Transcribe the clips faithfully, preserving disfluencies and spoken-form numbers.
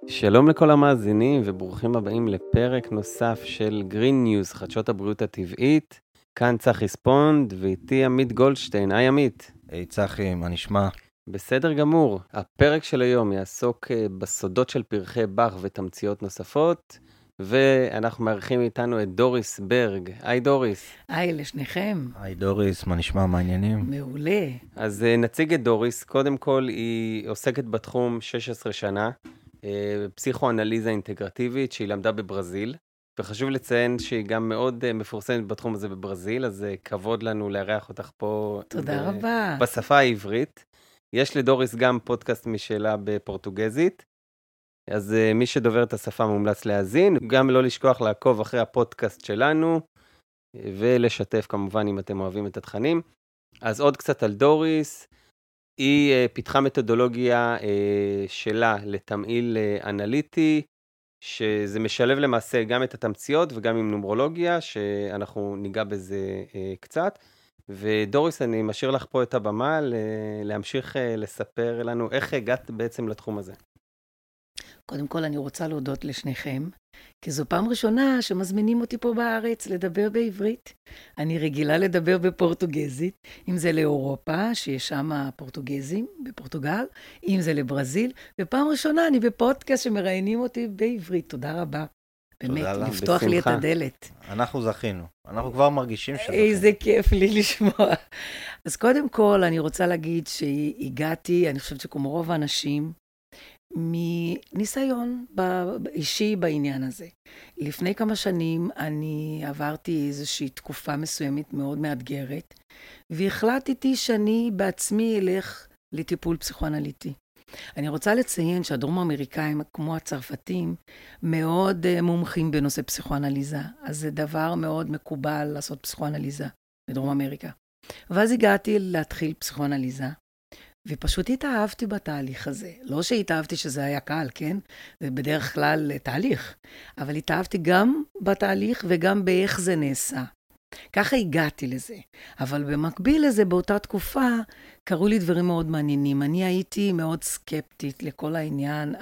שלום לכל המאזינים וברוכים הבאים לפרק נוסף של Green News, חדשות הבריאות הטבעית. כאן צחי ספונד ואיתי עמית גולדשטיין. היי עמית. היי צחי, מה נשמע? בסדר גמור. הפרק של היום יעסוק בסודות של פרחי באך ותמציות נוספות, ואנחנו מארחים איתנו את דוריס ברג. היי דוריס. היי לשניכם. היי דוריס, מה נשמע? מה העניינים? מעולה. אז נציג את דוריס. קודם כל היא עוסקת בתחום שש עשרה שנה. פסיכואנליזה אינטגרטיבית שהיא למדה בברזיל, וחשוב לציין שהיא גם מאוד מפורסמת בתחום הזה בברזיל, אז כבוד לנו לארח אותך פה. תודה רבה. בשפה העברית. יש לדוריס גם פודקאסט משלה בפורטוגזית, אז מי שדובר את השפה מומלץ להאזין, גם לא לשכוח לעקוב אחרי הפודקאסט שלנו, ולשתף כמובן אם אתם אוהבים את התכנים. אז עוד קצת על דוריס. היא uh, פיתחה מתודולוגיה uh, שלה לתמעיל uh, אנליטי, שזה משלב למעשה גם את התמציות וגם עם נומרולוגיה, שאנחנו ניגע בזה uh, קצת. ודוריס, אני משאיר לך פה את הבמה להמשיך uh, לספר לנו איך הגעת בעצם לתחום הזה. קודם כל אני רוצה להודות לשניכם, כי זו פעם ראשונה שמזמינים אותי פה בארץ לדבר בעברית. אני רגילה לדבר בפורטוגזית, אם זה לאירופה, שיש שם פורטוגזים בפורטוגל, אם זה לברזיל, ופעם ראשונה אני בפודקאסט שמראיינים אותי בעברית. תודה רבה. באמת, לפתוח לי את הדלת. אנחנו זכינו. אנחנו כבר מרגישים שזכינו. איזה כיף לי לשמוע. אז קודם כל אני רוצה להגיד שהגעתי, אני חושבת שכמו רוב האנשים, מניסיון אישי בעניין הזה. לפני כמה שנים אני עברתי איזושהי תקופה מסוימת מאוד מאתגרת, והחלטתי שאני בעצמי אלך לטיפול פסיכואנליטי. אני רוצה לציין שהדרום האמריקאים, כמו הצרפתים, מאוד מומחים בנושא פסיכואנליזה, אז זה דבר מאוד מקובל לעשות פסיכואנליזה בדרום אמריקה. ואז הגעתי להתחיל פסיכואנליזה, ופשוט התאהבתי בתהליך הזה. לא שהתאהבתי שזה היה קל, כן? זה בדרך כלל תהליך. אבל התאהבתי גם בתהליך וגם באיך זה נעשה. ככה הגעתי לזה. אבל במקביל לזה, באותה תקופה, קראו לי דברים מאוד מעניינים. אני הייתי מאוד סקפטית לכל העניין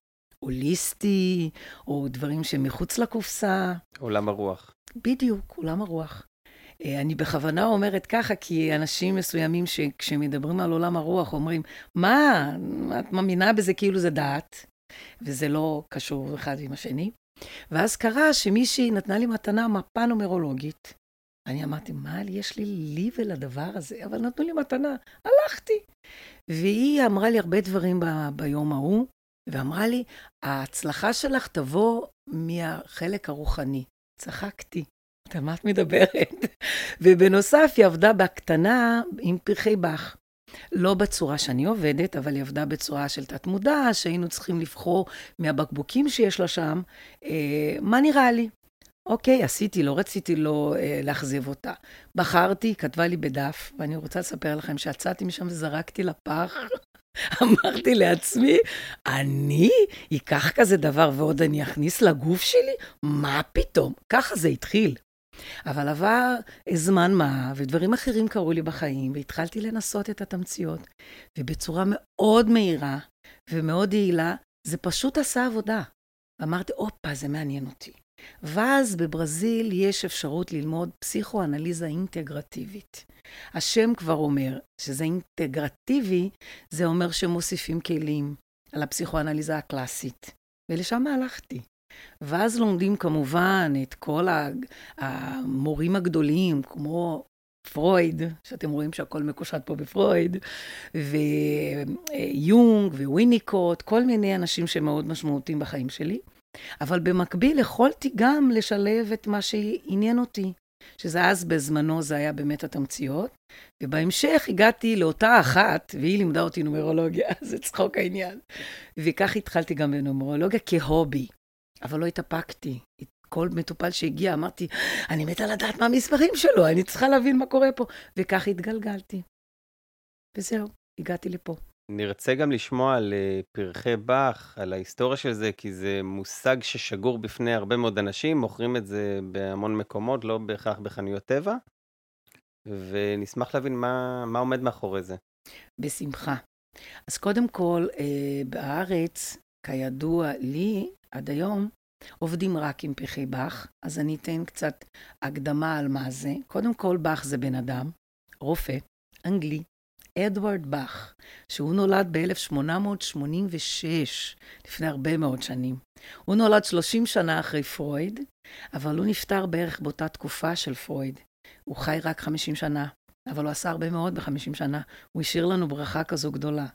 ההוליסטי, או דברים שמחוץ לקופסה. עולם הרוח. בדיוק, עולם הרוח. אני בכוונה אומרת ככה, כי אנשים מסוימים שכשמדברים על עולם הרוח אומרים, מה, את מאמינה בזה כאילו זה דעת, וזה לא קשור אחד עם השני. ואז קרה שמישהי נתנה לי מתנה מפה נומרולוגית. אני אמרתי, מה יש לי לי ולדבר הזה? אבל נתנו לי מתנה, הלכתי. והיא אמרה לי הרבה דברים ב- ביום ההוא, ואמרה לי, ההצלחה שלך תבוא מהחלק הרוחני. צחקתי. על מה את מדברת? ובנוסף היא עבדה בקטנה עם פרחי באך. לא בצורה שאני עובדת, אבל היא עבדה בצורה של תת מודע, שהיינו צריכים לבחור מהבקבוקים שיש לה שם, אה, מה נראה לי? אוקיי, עשיתי, לא רציתי לא אה, להחזיב אותה. בחרתי, כתבה לי בדף, ואני רוצה לספר לכם שיצאתי משם וזרקתי לפח. אמרתי לעצמי, אני אקח כזה דבר ועוד אני אכניס לגוף שלי? מה פתאום? ככה זה התחיל. אבל עבר זמן מה, ודברים אחרים קרו לי בחיים, והתחלתי לנסות את התמציות, ובצורה מאוד מהירה ומאוד יעילה, זה פשוט עשה עבודה. אמרתי, אופה, זה מעניין אותי. ואז בברזיל יש אפשרות ללמוד פסיכואנליזה אינטגרטיבית. השם כבר אומר שזה אינטגרטיבי, זה אומר שמוסיפים כלים על הפסיכואנליזה הקלאסית. ולשם הלכתי. ואז לומדים כמובן את כל המורים הגדולים, כמו פרויד, שאתם רואים שהכל מקושט פה בפרויד, ויונג וויניקוט, כל מיני אנשים שמאוד משמעותיים בחיים שלי. אבל במקביל יכולתי גם לשלב את מה שעניין אותי, שזה אז בזמנו זה היה באמת התמציות, ובהמשך הגעתי לאותה אחת, והיא לימדה אותי נומרולוגיה, זה צחוק העניין. וכך התחלתי גם בנומרולוגיה כהובי. אבל לא התאפקתי. כל מטופל שהגיע, אמרתי, אני מתה לדעת מה המספרים שלו, אני צריכה להבין מה קורה פה. וכך התגלגלתי. וזהו, הגעתי לפה. נרצה גם לשמוע על פרחי באך, על ההיסטוריה של זה, כי זה מושג ששגור בפני הרבה מאוד אנשים, מוכרים את זה בהמון מקומות, לא בהכרח בחנויות טבע, ונשמח להבין מה, מה עומד מאחורי זה. בשמחה. אז קודם כל, אה, בארץ, כידוע לי, עד היום, עובדים רק עם פרחי באך, אז אני אתן קצת הקדמה על מה זה. קודם כל, באך זה בן אדם, רופא, אנגלי, אדוארד באך, שהוא נולד ב-אלף שמונה מאות שמונים ושש, לפני הרבה מאוד שנים. הוא נולד שלושים שנה אחרי פרויד, אבל הוא נפטר בערך באותה תקופה של פרויד. הוא חי רק חמישים שנה, אבל הוא עשה הרבה מאוד ב-חמישים שנה. הוא השאיר לנו ברכה כזו גדולה.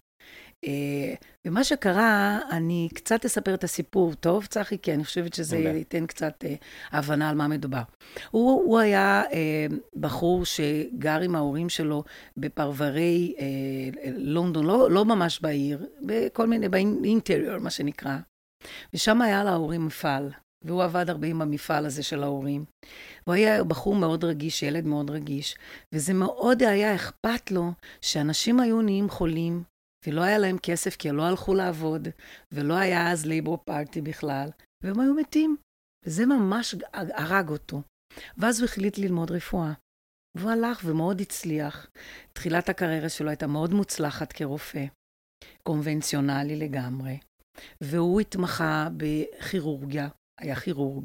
ומה שקרה, אני קצת אספר את הסיפור, טוב, צחי? כי אני חושבת שזה ייתן קצת הבנה על מה מדובר. הוא, הוא היה בחור שגר עם ההורים שלו בפרברי לונדון, לא, לא ממש בעיר, בכל מיני, באינטריור, מה שנקרא. ושם היה להורים מפעל, והוא עבד הרבה עם המפעל הזה של ההורים. הוא היה בחור מאוד רגיש, ילד מאוד רגיש, וזה מאוד היה אכפת לו שאנשים היו נהיים חולים, ולא היה להם כסף כי הם לא הלכו לעבוד, ולא היה אז לייבור פארטי בכלל, והם היו מתים. וזה ממש הרג אותו. ואז הוא החליט ללמוד רפואה. והוא הלך ומאוד הצליח. תחילת הקריירה שלו הייתה מאוד מוצלחת כרופא, קונבנציונלי לגמרי. והוא התמחה בכירורגיה, היה כירורג.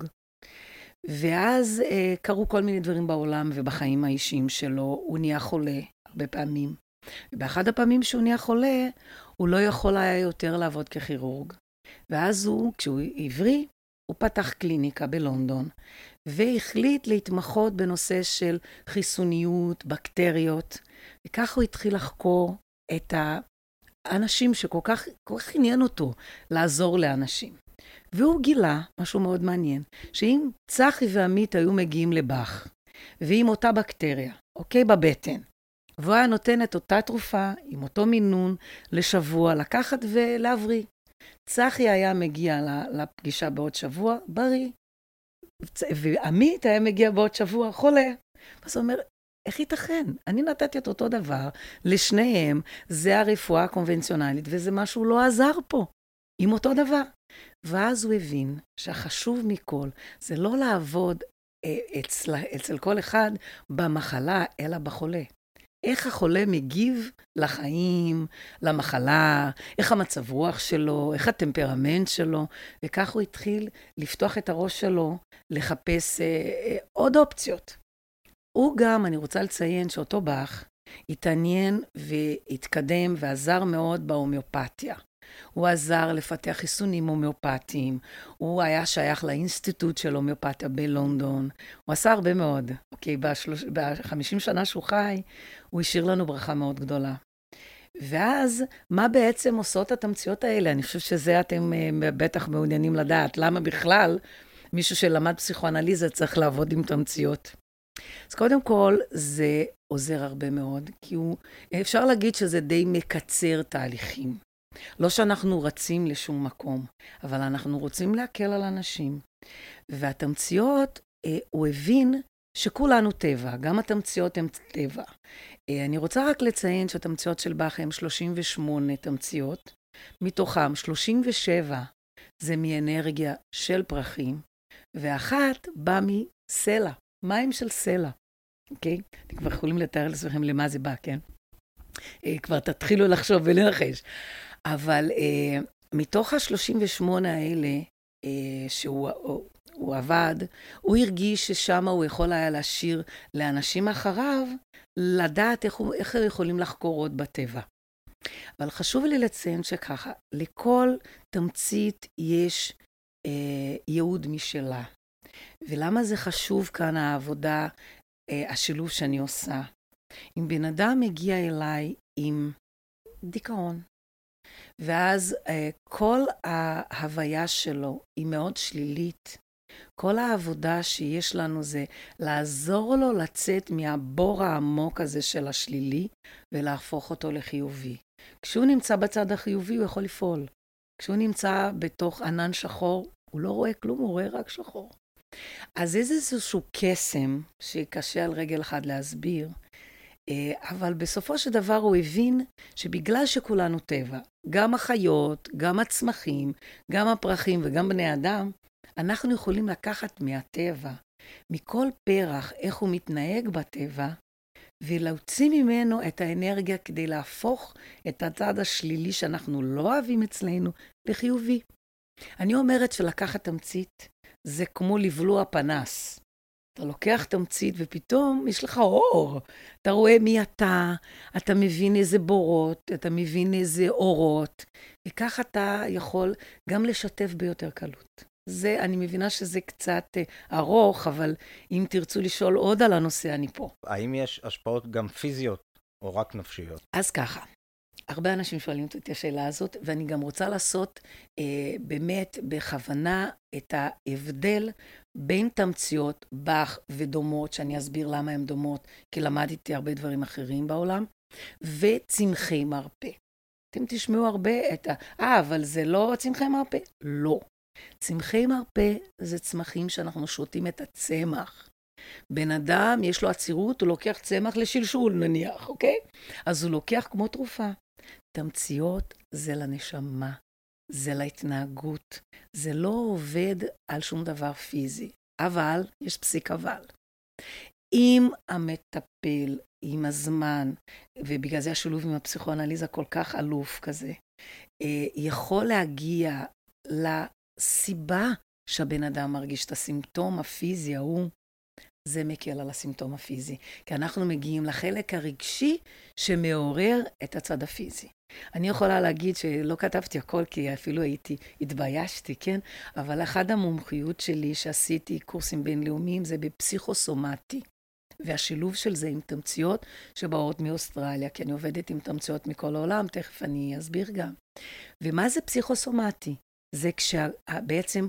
ואז אה, קרו כל מיני דברים בעולם ובחיים האישיים שלו. הוא נהיה חולה הרבה פעמים. ובאחד הפעמים שהוא נהיה חולה, הוא לא יכול היה יותר לעבוד ככירורג. ואז הוא, כשהוא עברי, הוא פתח קליניקה בלונדון, והחליט להתמחות בנושא של חיסוניות, בקטריות, וכך הוא התחיל לחקור את האנשים שכל כך, כל כך עניין אותו לעזור לאנשים. והוא גילה, משהו מאוד מעניין, שאם צחי ועמית היו מגיעים לבאך, ועם אותה בקטריה, אוקיי, בבטן, והוא היה נותן את אותה תרופה, עם אותו מינון, לשבוע, לקחת ולהבריא. צחי היה מגיע לפגישה בעוד שבוע, בריא. ועמית היה מגיע בעוד שבוע, חולה. אז הוא אומר, איך ייתכן? אני נתתי את אותו דבר לשניהם, זה הרפואה הקונבנציונלית, וזה משהו לא עזר פה, עם אותו דבר. ואז הוא הבין שהחשוב מכל, זה לא לעבוד אצל, אצל כל אחד במחלה, אלא בחולה. איך החולה מגיב לחיים, למחלה, איך המצב רוח שלו, איך הטמפרמנט שלו, וכך הוא התחיל לפתוח את הראש שלו, לחפש אה, אה, עוד אופציות. הוא גם, אני רוצה לציין שאותו באך, התעניין והתקדם ועזר מאוד בהומאופתיה. הוא עזר לפתח חיסונים הומאופתיים, הוא היה שייך לאינסטיטוט של הומאופתיה בלונדון, הוא עשה הרבה מאוד. אוקיי, בשלוש, ב-חמישים שנה שהוא חי, הוא השאיר לנו ברכה מאוד גדולה. ואז, מה בעצם עושות התמציות האלה? אני חושב שזה אתם בטח מעוניינים לדעת, למה בכלל מישהו שלמד פסיכואנליזה צריך לעבוד עם תמציות. אז קודם כל, זה עוזר הרבה מאוד, כי הוא, אפשר להגיד שזה די מקצר תהליכים. לא שאנחנו רצים לשום מקום, אבל אנחנו רוצים להקל על אנשים. והתמציות, אה, הוא הבין שכולנו טבע, גם התמציות הן טבע. אה, אני רוצה רק לציין שהתמציות של באך הן שלושים ושמונה תמציות, מתוכם שלושים ושבע זה מאנרגיה של פרחים, ואחת באה מסלע, מים של סלע. אוקיי? אתם כבר יכולים לתאר לעצמכם למה זה בא, כן? אה, כבר תתחילו לחשוב ולנחש. אבל אה, מתוך ה-שלושים ושמונה האלה אה, שהוא הוא, הוא עבד, הוא הרגיש ששם הוא יכול היה להשאיר לאנשים אחריו, לדעת איך, הוא, איך הם יכולים לחקור עוד בטבע. אבל חשוב לי לציין שככה, לכל תמצית יש אה, ייעוד משלה. ולמה זה חשוב כאן העבודה, אה, השילוב שאני עושה? אם בן אדם מגיע אליי עם דיכאון, ואז כל ההוויה שלו היא מאוד שלילית. כל העבודה שיש לנו זה לעזור לו לצאת מהבור העמוק הזה של השלילי, ולהפוך אותו לחיובי. כשהוא נמצא בצד החיובי הוא יכול לפעול. כשהוא נמצא בתוך ענן שחור, הוא לא רואה כלום, הוא רואה רק שחור. אז איזשהו קסם שקשה על רגל אחד להסביר, אבל בסופו של דבר הוא הבין שבגלל שכולנו טבע, גם החיות, גם הצמחים, גם הפרחים וגם בני אדם, אנחנו יכולים לקחת מהטבע, מכל פרח, איך הוא מתנהג בטבע, ולהוציא ממנו את האנרגיה כדי להפוך את הצד השלילי שאנחנו לא אוהבים אצלנו לחיובי. אני אומרת שלקחת תמצית זה כמו לבלוע פנס. אתה לוקח תמצית ופתאום יש לך אור. אתה רואה מי אתה, אתה מבין איזה בורות, אתה מבין איזה אורות, וכך אתה יכול גם לשתף ביותר קלות. זה, אני מבינה שזה קצת אה, ארוך, אבל אם תרצו לשאול עוד על הנושא, אני פה. האם יש השפעות גם פיזיות או רק נפשיות? אז ככה, הרבה אנשים שואלים אותי את השאלה הזאת, ואני גם רוצה לעשות אה, באמת בכוונה את ההבדל בין תמציות באך ודומות, שאני אסביר למה הן דומות, כי למדתי הרבה דברים אחרים בעולם, וצמחי מרפא. אתם תשמעו הרבה את ה... אה, אבל זה לא צמחי מרפא? לא. צמחי מרפא זה צמחים שאנחנו שותים את הצמח. בן אדם, יש לו עצירות, הוא לוקח צמח לשלשול נניח, אוקיי? אז הוא לוקח כמו תרופה. תמציות זה לנשמה, זה להתנהגות, זה לא עובד על שום דבר פיזי. אבל, יש פסיק אבל. אם המטפל, עם הזמן, ובגלל זה השילוב עם הפסיכואנליזה כל כך אלוף כזה, יכול להגיע לסיבה שהבן אדם מרגיש את הסימפטום הפיזי ההוא, זה מקל על הסימפטום הפיזי. כי אנחנו מגיעים לחלק הרגשי שמעורר את הצד הפיזי. אני יכולה להגיד שלא כתבתי הכל, כי אפילו הייתי, התביישתי, כן? אבל אחד המומחיות שלי שעשיתי קורסים בינלאומיים זה בפסיכוסומטי. והשילוב של זה עם תמציות שבאות מאוסטרליה, כי אני עובדת עם תמציות מכל העולם, תכף אני אסביר גם. ומה זה פסיכוסומטי? זה כשבעצם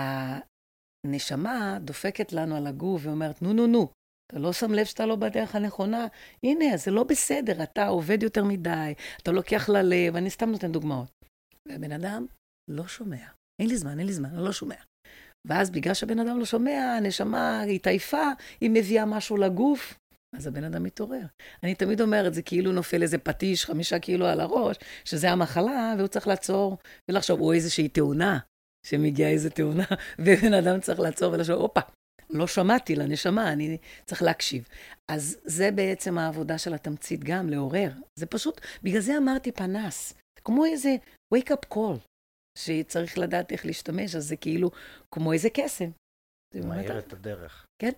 הנשמה דופקת לנו על הגוף ואומרת, נו, נו, נו, אתה לא שם לב שאתה לא בדרך הנכונה, הנה, זה לא בסדר, אתה עובד יותר מדי, אתה לוקח ללב, אני סתם נותן דוגמאות. והבן אדם לא שומע. אין לי זמן, אין לי זמן, אני לא שומע. ואז בגלל שהבן אדם לא שומע, הנשמה היא טייפה, היא מביאה משהו לגוף, אז הבן אדם מתעורר. אני תמיד אומרת, זה כאילו נופל איזה פטיש, חמישה קילו על הראש, שזה המחלה, והוא צריך לעצור ולחשוב, או איזושהי תאונה, שמגיעה איזו תאונה, ובן אדם צריך לעצור ולחשוב, אופה, לא שמעתי לנשמה, אני צריך להקשיב. אז זה בעצם העבודה של התמצית גם, לעורר. זה פשוט, בגלל זה אמרתי פנס, כמו איזה wake up call, שצריך לדעת איך להשתמש, אז זה כאילו כמו איזה קסם. מהיר את הדרך. כן.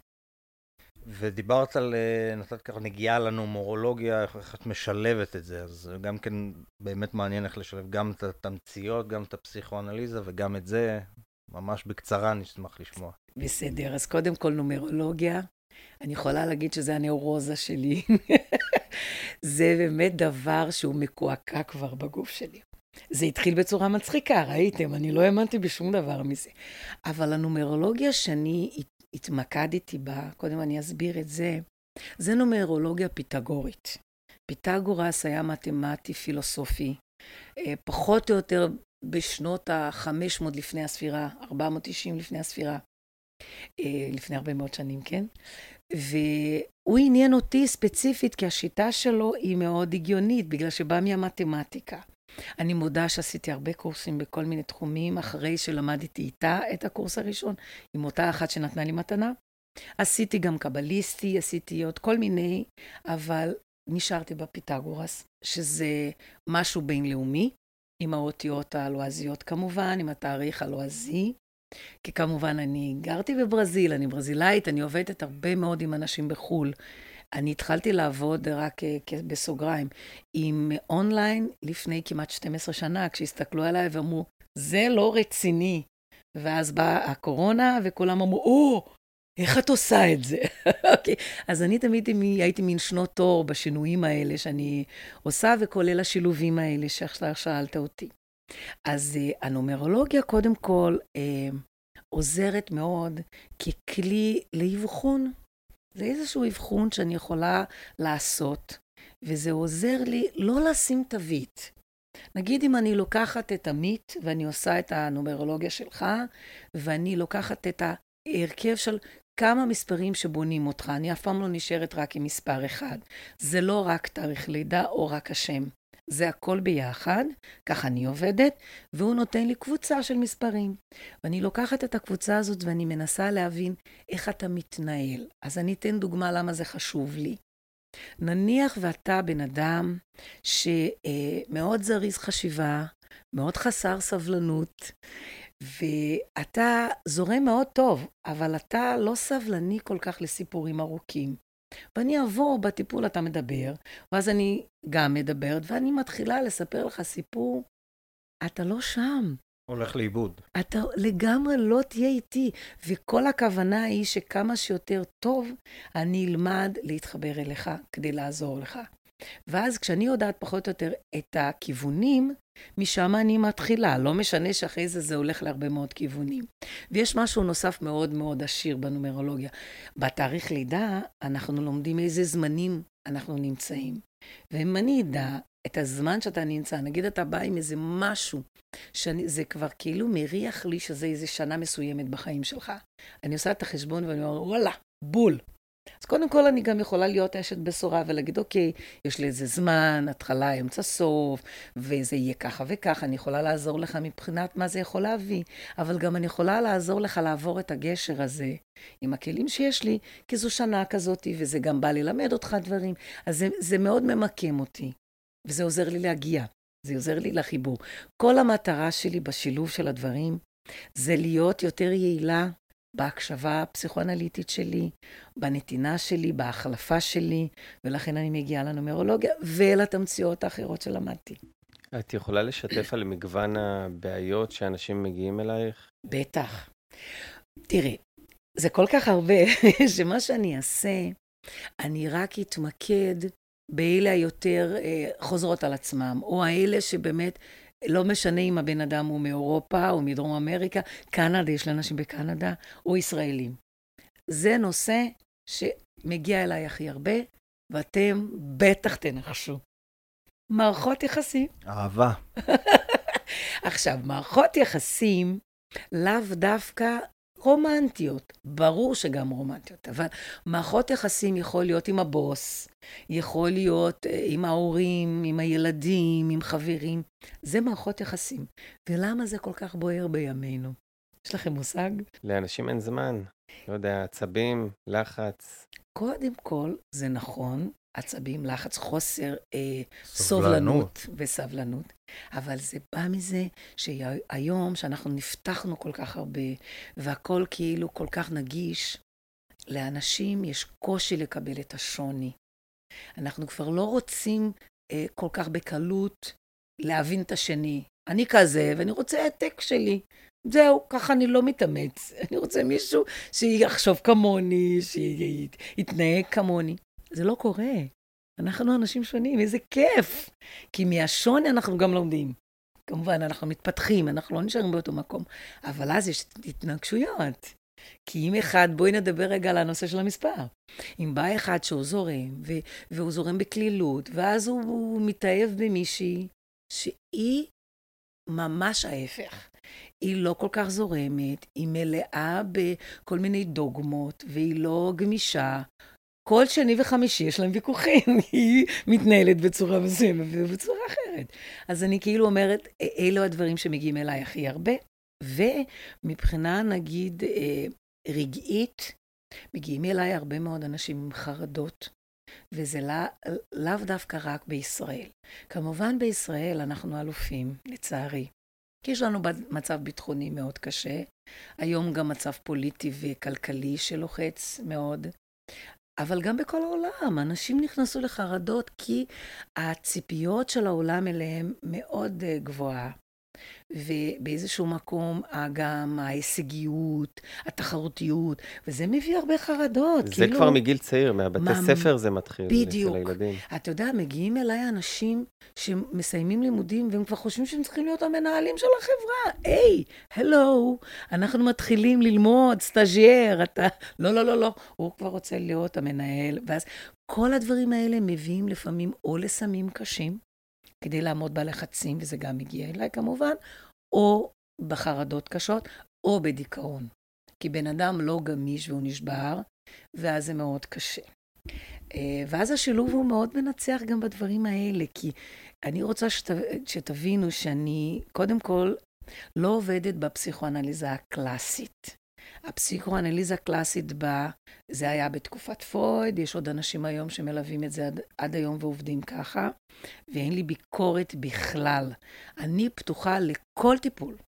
ודיברת על, נתת ככה נגיעה לנומרולוגיה, איך את משלבת את זה, אז גם כן באמת מעניין איך לשלב גם את התמציות, גם את הפסיכואנליזה וגם את זה, ממש בקצרה נשמח לשמוע. בסדר, אז קודם כל נומרולוגיה, אני יכולה להגיד שזה הנאורוזה שלי. זה באמת דבר שהוא מקועקע כבר בגוף שלי. זה התחיל בצורה מצחיקה, ראיתם, אני לא האמנתי בשום דבר מזה. אבל הנומרולוגיה שאני התמקדתי בה, קודם אני אסביר את זה, זה נומרולוגיה פיתגורית. פיתגורס היה מתמטי פילוסופי, פחות או יותר בשנות ה-חמש מאות לפני הספירה, ארבע מאות תשעים לפני הספירה, לפני הרבה מאוד שנים, כן? והוא עניין אותי ספציפית, כי השיטה שלו היא מאוד הגיונית, בגלל שבא מהמתמטיקה. אני מודה שעשיתי הרבה קורסים בכל מיני תחומים, אחרי שלמדתי איתה את הקורס הראשון, עם אותה אחת שנתנה לי מתנה. עשיתי גם קבליסטי, עשיתי עוד כל מיני, אבל נשארתי בפיתגורס, שזה משהו בינלאומי, עם האותיות הלועזיות כמובן, עם התאריך הלועזי, כי כמובן אני גרתי בברזיל, אני ברזילאית, אני עובדת הרבה מאוד עם אנשים בחול. אני התחלתי לעבוד רק בסוגריים עם אונליין לפני כמעט שתים עשרה שנה, כשהסתכלו עליי ואמרו, זה לא רציני. ואז באה הקורונה וכולם אמרו, או, איך את עושה את זה? אוקיי, אז אני תמיד הייתי מין שנות תור בשינויים האלה שאני עושה, וכולל השילובים האלה שעכשיו שאלת אותי. אז הנומרולוגיה קודם כל אה, עוזרת מאוד ככלי לאבחון. זה איזשהו אבחון שאני יכולה לעשות, וזה עוזר לי לא לשים תווית. נגיד אם אני לוקחת את עמית, ואני עושה את הנומרולוגיה שלך, ואני לוקחת את ההרכב של כמה מספרים שבונים אותך, אני אף פעם לא נשארת רק עם מספר אחד. זה לא רק תאריך לידה או רק השם. זה הכל ביחד, ככה אני עובדת, והוא נותן לי קבוצה של מספרים. ואני לוקחת את הקבוצה הזאת ואני מנסה להבין איך אתה מתנהל. אז אני אתן דוגמה למה זה חשוב לי. נניח ואתה בן אדם שמאוד זריז חשיבה, מאוד חסר סבלנות, ואתה זורם מאוד טוב, אבל אתה לא סבלני כל כך לסיפורים ארוכים. ואני אעבור בטיפול, אתה מדבר, ואז אני גם מדברת, ואני מתחילה לספר לך סיפור, אתה לא שם. הולך לאיבוד. אתה לגמרי לא תהיה איתי, וכל הכוונה היא שכמה שיותר טוב, אני אלמד להתחבר אליך כדי לעזור לך. ואז כשאני יודעת פחות או יותר את הכיוונים, משם אני מתחילה. לא משנה שאחרי זה זה הולך להרבה מאוד כיוונים. ויש משהו נוסף מאוד מאוד עשיר בנומרולוגיה. בתאריך לידה אנחנו לומדים איזה זמנים אנחנו נמצאים. ואם אני אדע את הזמן שאתה נמצא, נגיד אתה בא עם איזה משהו, שזה כבר כאילו מריח לי שזה איזה שנה מסוימת בחיים שלך. אני עושה את החשבון ואני אומר, וואלה, בול. אז קודם כל אני גם יכולה להיות אשת בשורה ולהגיד, אוקיי, יש לי איזה זמן, התחלה, אמצע, סוף, וזה יהיה ככה וככה. אני יכולה לעזור לך מבחינת מה זה יכול להביא, אבל גם אני יכולה לעזור לך לעבור את הגשר הזה עם הכלים שיש לי, כי זו שנה כזאת, וזה גם בא ללמד אותך דברים. אז זה, זה מאוד ממקם אותי, וזה עוזר לי להגיע, זה עוזר לי לחיבור. כל המטרה שלי בשילוב של הדברים, זה להיות יותר יעילה, בהקשבה הפסיכואנליטית שלי, בנתינה שלי, בהחלפה שלי, ולכן אני מגיעה לנומרולוגיה ולתמציות האחרות שלמדתי. את יכולה לשתף על מגוון הבעיות שאנשים מגיעים אלייך? בטח. תראי, זה כל כך הרבה שמה שאני אעשה, אני רק אתמקד באלה היותר אה, חוזרות על עצמם, או האלה שבאמת לא משנה אם הבן אדם הוא מאירופה או מדרום אמריקה, קנדה, יש לאנשים בקנדה, או ישראלים. זה נושא שמגיע אליי הכי הרבה, ואתם בטח תנחשו. מערכות יחסים. אהבה. עכשיו, מערכות יחסים לאו דווקא רומנטיות. ברור שגם רומנטיות, אבל מערכות יחסים יכול להיות עם הבוס, יכול להיות עם ההורים, עם הילדים, עם חברים. זה מערכות יחסים. ולמה זה כל כך בוער בימינו? יש לכם מושג? לאנשים אין זמן. לא יודע, עצבים, לחץ. קודם כל, זה נכון, עצבים, לחץ, חוסר אה, סובלנות. סובלנות וסבלנות. אבל זה בא מזה שהיום שאנחנו נפתחנו כל כך הרבה, והכל כאילו כל כך נגיש, לאנשים יש קושי לקבל את השוני. אנחנו כבר לא רוצים אה, כל כך בקלות להבין את השני. אני כזה, ואני רוצה העתק שלי. זהו, ככה אני לא מתאמץ. אני רוצה מישהו שיחשוב כמוני, שיתנהג כמוני. זה לא קורה. אנחנו אנשים שונים, איזה כיף. כי מהשוני אנחנו גם לומדים. כמובן, אנחנו מתפתחים, אנחנו לא נשארים באותו מקום. אבל אז יש התנגשויות. כי אם אחד, בואי נדבר רגע על הנושא של המספר. אם בא אחד שהוא זורם, ו- והוא זורם בכלילות, ואז הוא, הוא מתאהב במישהי שהיא ממש ההפך. היא לא כל כך זורמת, היא מלאה בכל מיני דוגמות, והיא לא גמישה. כל שני וחמישי יש להם ויכוחים, היא מתנהלת בצורה מסוימת ובצורה אחרת. אז אני כאילו אומרת, אלו הדברים שמגיעים אליי הכי הרבה, ומבחינה נגיד רגעית, מגיעים אליי הרבה מאוד אנשים עם חרדות, וזה לא, לאו דווקא רק בישראל. כמובן בישראל אנחנו אלופים, לצערי. כי יש לנו מצב ביטחוני מאוד קשה, היום גם מצב פוליטי וכלכלי שלוחץ מאוד, אבל גם בכל העולם, אנשים נכנסו לחרדות כי הציפיות של העולם אליהם מאוד גבוהה. ובאיזשהו מקום גם ההישגיות, התחרותיות, וזה מביא הרבה חרדות. זה כאילו, כבר מגיל צעיר, מהבתי מה, ספר זה מתחיל. בדיוק. אצל הילדים. אתה יודע, מגיעים אליי אנשים שמסיימים לימודים, והם כבר חושבים שהם צריכים להיות המנהלים של החברה. היי, הלו, אנחנו מתחילים ללמוד, סטאז'ייר, אתה... לא, לא, לא, לא, הוא כבר רוצה להיות המנהל. ואז כל הדברים האלה מביאים לפעמים או לסמים קשים, כדי לעמוד בלחצים, וזה גם מגיע אליי כמובן, או בחרדות קשות, או בדיכאון. כי בן אדם לא גמיש והוא נשבר, ואז זה מאוד קשה. ואז השילוב הוא מאוד מנצח גם בדברים האלה, כי אני רוצה שת, שתבינו שאני, קודם כל, לא עובדת בפסיכואנליזה הקלאסית. הפסיכואנליזה הקלאסית בה, זה היה בתקופת פרויד, יש עוד אנשים היום שמלווים את זה עד, עד היום ועובדים ככה, ואין לי ביקורת בכלל. אני פתוחה לכל טיפול.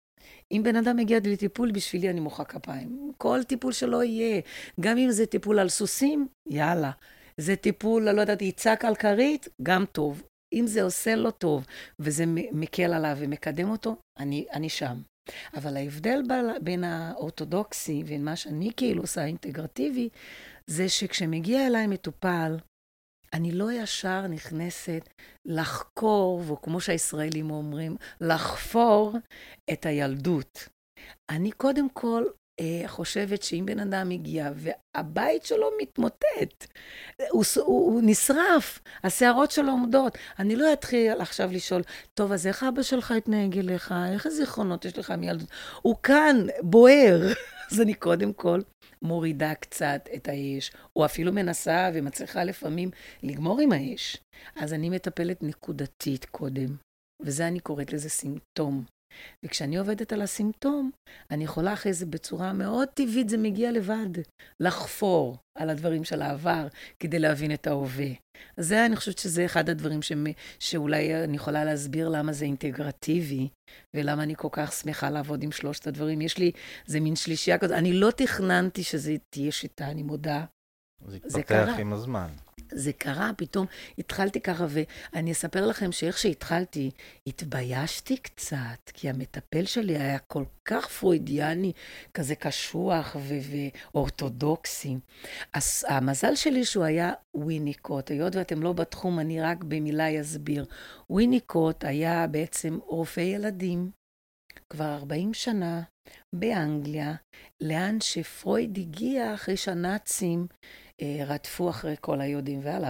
אם בן אדם מגיע לטיפול, בשבילי אני מוחא כפיים. כל טיפול שלא יהיה, גם אם זה טיפול על סוסים, יאללה. זה טיפול, לא יודעת, יצק על כרית, גם טוב. אם זה עושה לו טוב, וזה מקל עליו ומקדם אותו, אני, אני שם. אבל ההבדל בין האורתודוקסי ובין מה שאני כאילו עושה אינטגרטיבי, זה שכשמגיע אליי מטופל, אני לא ישר נכנסת לחקור, וכמו שהישראלים אומרים, לחפור את הילדות. אני קודם כל אה, חושבת שאם בן אדם הגיע והבית שלו מתמוטט, הוא, הוא, הוא נשרף, השערות שלו עומדות, אני לא אתחיל עכשיו לשאול, טוב, אז איך אבא שלך התנהג אליך? איך הזיכרונות יש לך מילדות? הוא כאן, בוער. אז אני קודם כל מורידה קצת את האש, או אפילו מנסה ומצליחה לפעמים לגמור עם האש. אז אני מטפלת נקודתית קודם, וזה אני קוראת לזה סימפטום. וכשאני עובדת על הסימפטום, אני יכולה אחרי זה בצורה מאוד טבעית, זה מגיע לבד, לחפור על הדברים של העבר, כדי להבין את ההווה. אז זה, אני חושבת שזה אחד הדברים ש... שאולי אני יכולה להסביר למה זה אינטגרטיבי, ולמה אני כל כך שמחה לעבוד עם שלושת הדברים. יש לי, זה מין שלישייה כזאת, אני לא תכננתי שזה תהיה שיטה, אני מודה. זה התפתח עם הזמן. זה קרה, פתאום התחלתי ככה, ואני אספר לכם שאיך שהתחלתי, התביישתי קצת, כי המטפל שלי היה כל כך פרוידיאני, כזה קשוח ו- ואורתודוקסי. אז המזל שלי שהוא היה וויניקוט, היות ואתם לא בתחום, אני רק במילה אסביר. וויניקוט היה בעצם רופא ילדים, כבר ארבעים שנה, באנגליה, לאן שפרויד הגיע אחרי שהנאצים רדפו אחרי כל היהודים, ועליו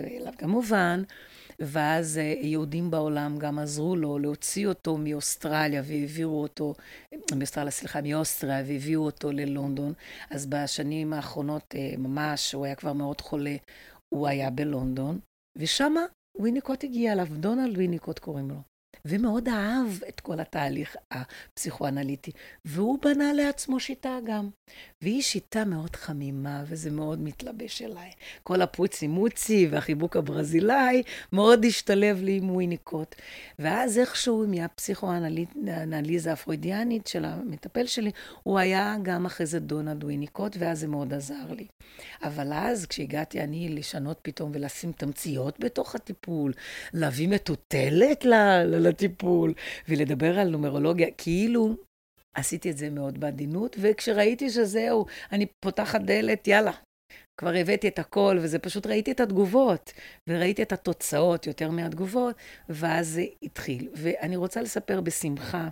כמובן, ואז יהודים בעולם גם עזרו לו להוציא אותו מאוסטרליה והעבירו אותו, מאוסטרליה, סליחה, מאוסטריה, והביאו אותו ללונדון. אז בשנים האחרונות ממש, הוא היה כבר מאוד חולה, הוא היה בלונדון, ושמה וויניקוט הגיע אליו, דונלד וויניקוט קוראים לו. ומאוד אהב את כל התהליך הפסיכואנליטי, והוא בנה לעצמו שיטה גם. והיא שיטה מאוד חמימה, וזה מאוד מתלבש אליי. כל הפוצי מוצי והחיבוק הברזילאי מאוד השתלב לי עם וויניקוט. ואז איכשהו מהפסיכואנליזה הפרוידיאנית של המטפל שלי, הוא היה גם אחרי זה דונלד וויניקוט, ואז זה מאוד עזר לי. אבל אז כשהגעתי אני לשנות פתאום ולשים תמציות בתוך הטיפול, להביא מטוטלת לטיפול ולדבר על נומרולוגיה, כאילו עשיתי את זה מאוד בעדינות, וכשראיתי שזהו, אני פותחת דלת, יאללה, כבר הבאתי את הכל, וזה פשוט ראיתי את התגובות, וראיתי את התוצאות יותר מהתגובות, ואז זה התחיל. ואני רוצה לספר בשמחה,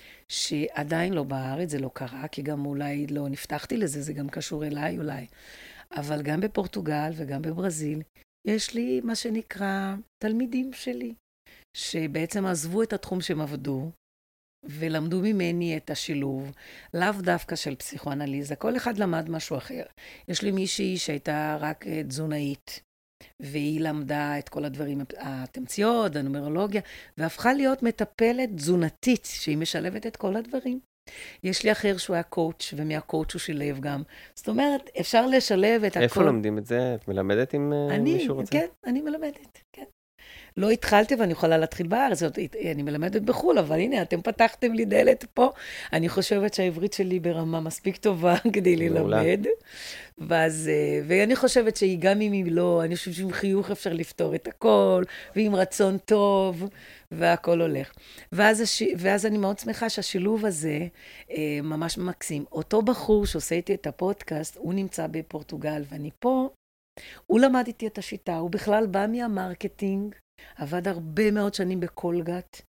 שעדיין לא בארץ, זה לא קרה, כי גם אולי לא נפתחתי לזה, זה גם קשור אליי אולי. אבל גם בפורטוגל וגם בברזיל, יש לי מה שנקרא תלמידים שלי, שבעצם עזבו את התחום שהם עבדו, ולמדו ממני את השילוב, לאו דווקא של פסיכואנליזה, כל אחד למד משהו אחר. יש לי מישהי שהייתה רק תזונאית, והיא למדה את כל הדברים, התמציות, הנומרולוגיה, והפכה להיות מטפלת תזונתית, שהיא משלבת את כל הדברים. יש לי אחר שהוא היה קואוץ', ומהקואוץ' הוא שילב גם. זאת אומרת, אפשר לשלב את הכל. איפה לומדים את זה? את מלמדת אם אני, מישהו רוצה? כן, אני מלמדת, כן. לא התחלתי ואני יכולה להתחיל בארץ, אני מלמדת בחול, אבל הנה, אתם פתחתם לי דלת פה. אני חושבת שהעברית שלי ברמה מספיק טובה כדי ללמד. ואז, ואני חושבת שהיא גם אם היא לא, אני חושבת שעם חיוך אפשר לפתור את הכל, ועם רצון טוב, והכל הולך. ואז, הש... ואז אני מאוד שמחה שהשילוב הזה אה, ממש מקסים. אותו בחור שעושה איתי את הפודקאסט, הוא נמצא בפורטוגל ואני פה, הוא למד איתי את השיטה, הוא בכלל בא מהמרקטינג, עבד הרבה מאוד שנים בקולגט,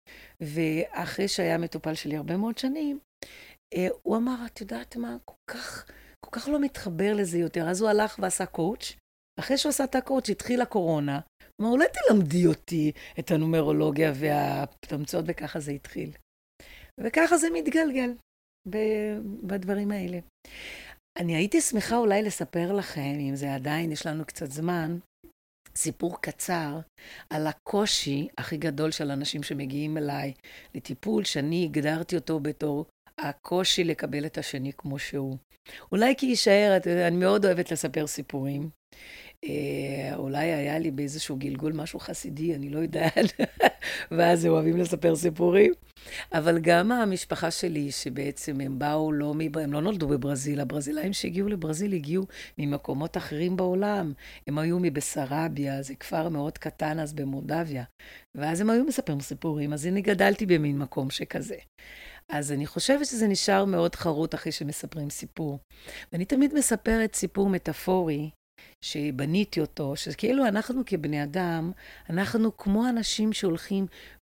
ואחרי שהיה מטופל שלי הרבה מאוד שנים, אה, הוא אמר, את יודעת מה, כל כך, כל כך לא מתחבר לזה יותר. אז הוא הלך ועשה קואוץ', אחרי שהוא עשה את הקואוץ', התחיל הקורונה, הוא אמר, אולי תלמדי אותי את הנומרולוגיה והתמצות, וככה זה התחיל. וככה זה מתגלגל בדברים האלה. אני הייתי שמחה אולי לספר לכם, אם זה עדיין, יש לנו קצת זמן, סיפור קצר על הקושי הכי גדול של אנשים שמגיעים אליי לטיפול, שאני הגדרתי אותו בתור הקושי לקבל את השני כמו שהוא. אולי כי יישאר, אני מאוד אוהבת לספר סיפורים, אה, אולי היה לי באיזשהו גלגול משהו חסידי, אני לא יודעת, ואז הם אוהבים לספר סיפורים. אבל גם המשפחה שלי, שבעצם הם באו לא, מב... הם לא נולדו בברזיל, הברזילאים שהגיעו לברזיל הגיעו ממקומות אחרים בעולם. הם היו מבסרביה, זה כפר מאוד קטן אז במולדביה, ואז הם היו מספרים סיפורים, אז אני גדלתי במין מקום שכזה. אז אני חושבת שזה נשאר מאוד חרוט אחרי שמספרים סיפור. ואני תמיד מספרת סיפור מטאפורי, שבניתי אותו, שכאילו אנחנו כבני אדם, אנחנו כמו אנשים שהולכים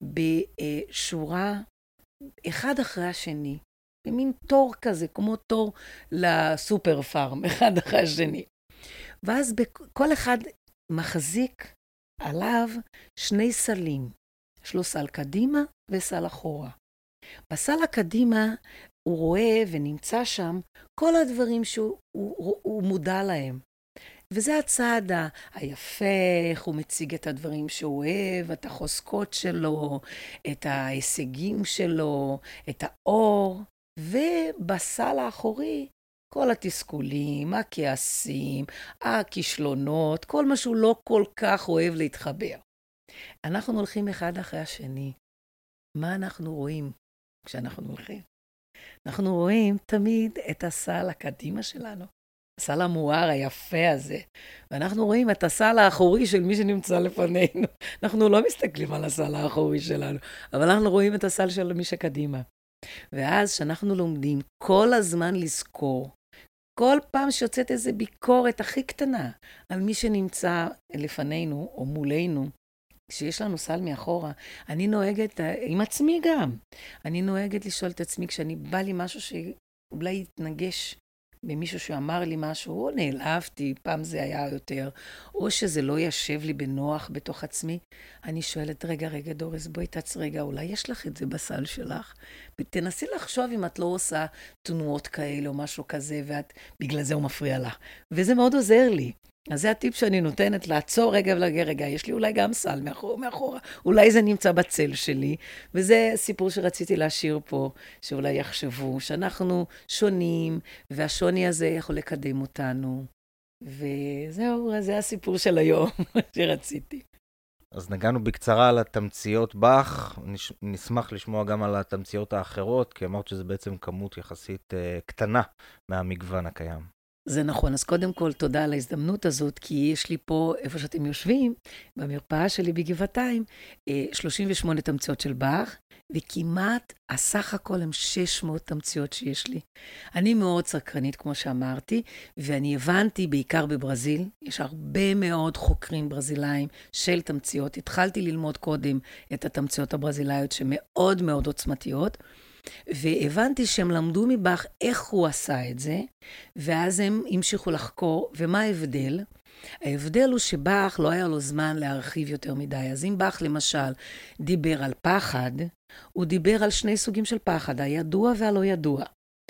בשורה אחד אחרי השני, במין תור כזה, כמו תור לסופר פארם, אחד אחרי השני. ואז כל אחד מחזיק עליו שני סלים. יש לו סל קדימה וסל אחורה. בסל הקדימה הוא רואה ונמצא שם כל הדברים שהוא הוא, הוא מודע להם. וזה הצעד ה- היפה, איך הוא מציג את הדברים שהוא אוהב, את החוזקות שלו, את ההישגים שלו, את האור. ובסל האחורי, כל התסכולים, הכעסים, הכישלונות, כל מה שהוא לא כל כך אוהב להתחבר. אנחנו הולכים אחד אחרי השני. מה אנחנו רואים כשאנחנו הולכים? אנחנו רואים תמיד את הסל הקדימה שלנו. הסל המואר היפה הזה. ואנחנו רואים את הסל האחורי של מי שנמצא לפנינו. אנחנו לא מסתכלים על הסל האחורי שלנו, אבל אנחנו רואים את הסל של מי שקדימה. ואז שאנחנו לומדים כל הזמן לזכור, כל פעם שיוצאת איזו ביקורת הכי קטנה על מי שנמצא לפנינו או מולנו, כשיש לנו סל מאחורה, אני נוהגת, עם עצמי גם, אני נוהגת לשאול את עצמי, כשאני בא לי משהו שאולי יתנגש במישהו שאמר לי משהו, או נעלבתי, פעם זה היה יותר, או שזה לא ישב לי בנוח בתוך עצמי, אני שואלת, רגע, רגע, דורס, בואי תעצ רגע, אולי יש לך את זה בסל שלך? תנסי לחשוב אם את לא עושה תנועות כאלה או משהו כזה, ואת, בגלל זה הוא מפריע לך. וזה מאוד עוזר לי. אז זה הטיפ שאני נותנת, לעצור רגע ולהגיד, רגע, יש לי אולי גם סל מאחור, מאחורה, אולי זה נמצא בצל שלי, וזה סיפור שרציתי להשאיר פה, שאולי יחשבו שאנחנו שונים, והשוני הזה יכול לקדם אותנו, וזהו, זה הסיפור של היום שרציתי. אז נגענו בקצרה על התמציות באך, נש... נשמח לשמוע גם על התמציות האחרות, כי אמרת שזה בעצם כמות יחסית uh, קטנה מהמגוון הקיים. זה נכון, אז קודם כל תודה על ההזדמנות הזאת, כי יש לי פה, איפה שאתם יושבים, במרפאה שלי בגבעתיים, שלושים ושמונה תמציות של באך, וכמעט הסך הכל הם שש מאות תמציות שיש לי. אני מאוד סקרנית, כמו שאמרתי, ואני הבנתי בעיקר בברזיל, יש הרבה מאוד חוקרים ברזילאים של תמציות. התחלתי ללמוד קודם את התמציות הברזילאיות שמאוד מאוד עוצמתיות, והבנתי שהם למדו מבאך איך הוא עשה את זה, ואז הם המשיכו לחקור, ומה ההבדל? ההבדל הוא שבאך לא היה לו זמן להרחיב יותר מדי. אז אם באך למשל דיבר על פחד, הוא דיבר על שני סוגים של פחד, הידוע והלא ידוע.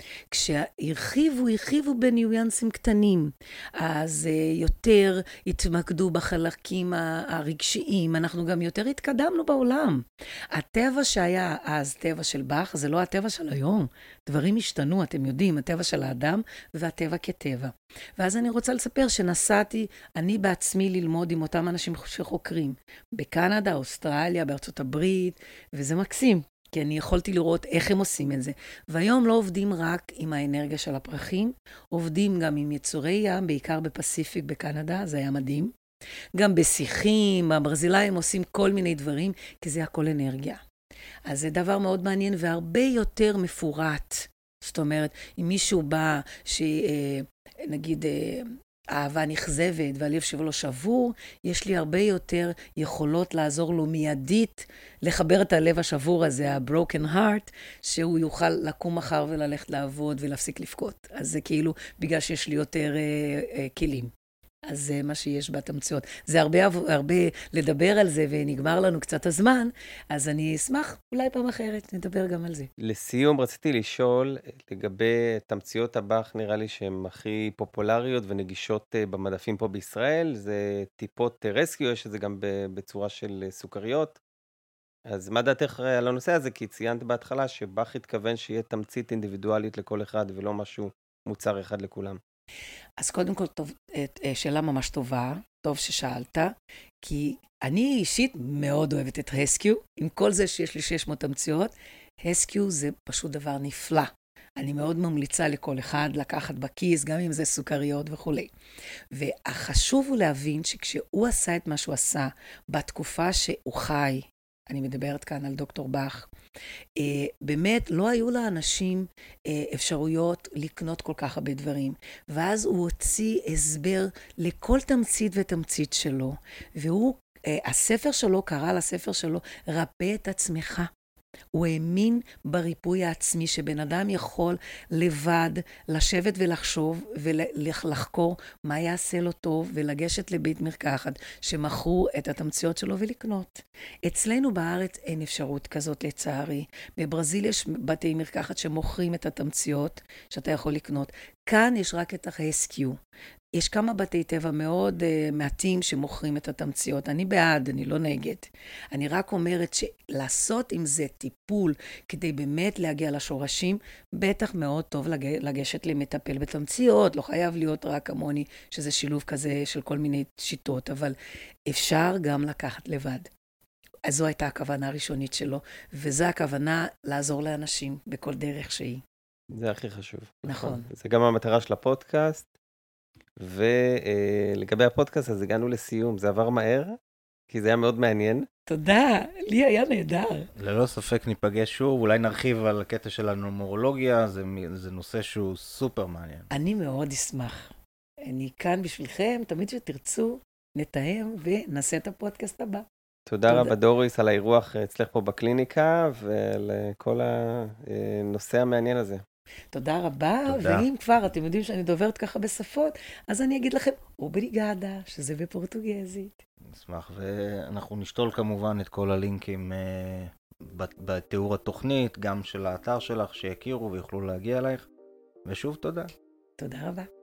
כשהרחיבו, הרחיבו בניואנסים קטנים, אז uh, יותר התמקדו בחלקים הרגשיים, אנחנו גם יותר התקדמנו בעולם. הטבע שהיה אז טבע של באך, זה לא הטבע של היום. דברים השתנו, אתם יודעים, הטבע של האדם והטבע כטבע. ואז אני רוצה לספר שנסעתי, אני בעצמי ללמוד עם אותם אנשים שחוקרים, בקנדה, אוסטרליה, בארצות הברית, וזה מקסים. כי אני יכולתי לראות איך הם עושים את זה. והיום לא עובדים רק עם האנרגיה של הפרחים, עובדים גם עם יצורי ים, בעיקר בפסיפיק בקנדה, זה היה מדהים. גם בשיחים, הברזילאים עושים כל מיני דברים, כי זה הכל אנרגיה. אז זה דבר מאוד מעניין והרבה יותר מפורט. זאת אומרת, אם מישהו בא, שנגיד, אהבה נכזבת והלב שלו שבור, יש לי הרבה יותר יכולות לעזור לו מיידית לחבר את הלב השבור הזה, ה-broken heart, שהוא יוכל לקום מחר וללכת לעבוד ולהפסיק לבכות. אז זה כאילו בגלל שיש לי יותר אה, אה, כלים. אז זה מה שיש בתמציות. זה הרבה, הרבה לדבר על זה ונגמר לנו קצת הזמן, אז אני אשמח אולי פעם אחרת נדבר גם על זה. לסיום רציתי לשאול לגבי תמציות הבאך, נראה לי שהן הכי פופולריות ונגישות במדפים פה בישראל, זה טיפות רסקיו, יש את זה גם בצורה של סוכריות. אז מה דעתך על הנושא הזה? כי ציינת בהתחלה שבאך התכוון שיהיה תמצית אינדיבידואלית לכל אחד ולא משהו מוצר אחד לכולם. אז קודם כל, טוב, שאלה ממש טובה, טוב ששאלת, כי אני אישית מאוד אוהבת את הסקיו, עם כל זה שיש לי שש מאות תמציות, הסקיו זה פשוט דבר נפלא. אני מאוד ממליצה לכל אחד לקחת בכיס, גם אם זה סוכריות וכו'. והחשוב הוא להבין שכשהוא עשה את מה שהוא עשה, בתקופה שהוא חי, אני מדברת כאן על דוקטור באך, באמת לא היו לאנשים אפשרויות לקנות כל כך הרבה דברים. ואז הוא הוציא הסבר לכל תמצית ותמצית שלו, והוא, הספר שלו קרא לספר שלו, רפא את עצמך. הוא האמין בריפוי העצמי, שבן אדם יכול לבד לשבת ולחשוב ולחקור מה יעשה לו טוב, ולגשת לבית מרקחת שמכרו את התמציות שלו ולקנות. אצלנו בארץ אין אפשרות כזאת לצערי. בברזיל יש בתי מרקחת שמוכרים את התמציות שאתה יכול לקנות. כאן יש רק את ה-הסקיו. יש כמה בתי טבע מאוד uh, מעטים שמוכרים את התמציות. אני בעד, אני לא נגד. אני רק אומרת שלעשות עם זה טיפול כדי באמת להגיע לשורשים, בטח מאוד טוב לג... לגשת למטפל בתמציות. לא חייב להיות רק כמוני, שזה שילוב כזה של כל מיני שיטות, אבל אפשר גם לקחת לבד. אז זו הייתה הכוונה הראשונית שלו, וזו הכוונה לעזור לאנשים בכל דרך שהיא. זה הכי חשוב. נכון. זה גם המטרה של הפודקאסט. ולגבי הפודקאסט, אז הגענו לסיום. זה עבר מהר, כי זה היה מאוד מעניין. תודה, לי היה נהדר. ללא ספק ניפגש שוב, אולי נרחיב על הקטע של הנומרולוגיה, זה, זה נושא שהוא סופר מעניין. אני מאוד אשמח. אני כאן בשבילכם, תמיד שתרצו, נתאם ונעשה את הפודקאסט הבא. תודה, תודה רבה דוריס על האירוח אצלך פה בקליניקה, ולכל הנושא המעניין הזה. תודה רבה, תודה. ואם כבר אתם יודעים שאני דוברת ככה בשפות, אז אני אגיד לכם, אובריגדה, שזה בפורטוגזית. נשמח, ואנחנו נשתול כמובן את כל הלינקים אה, בתיאור התוכנית, גם של האתר שלך, שיכירו ויוכלו להגיע אלייך, ושוב תודה. תודה רבה.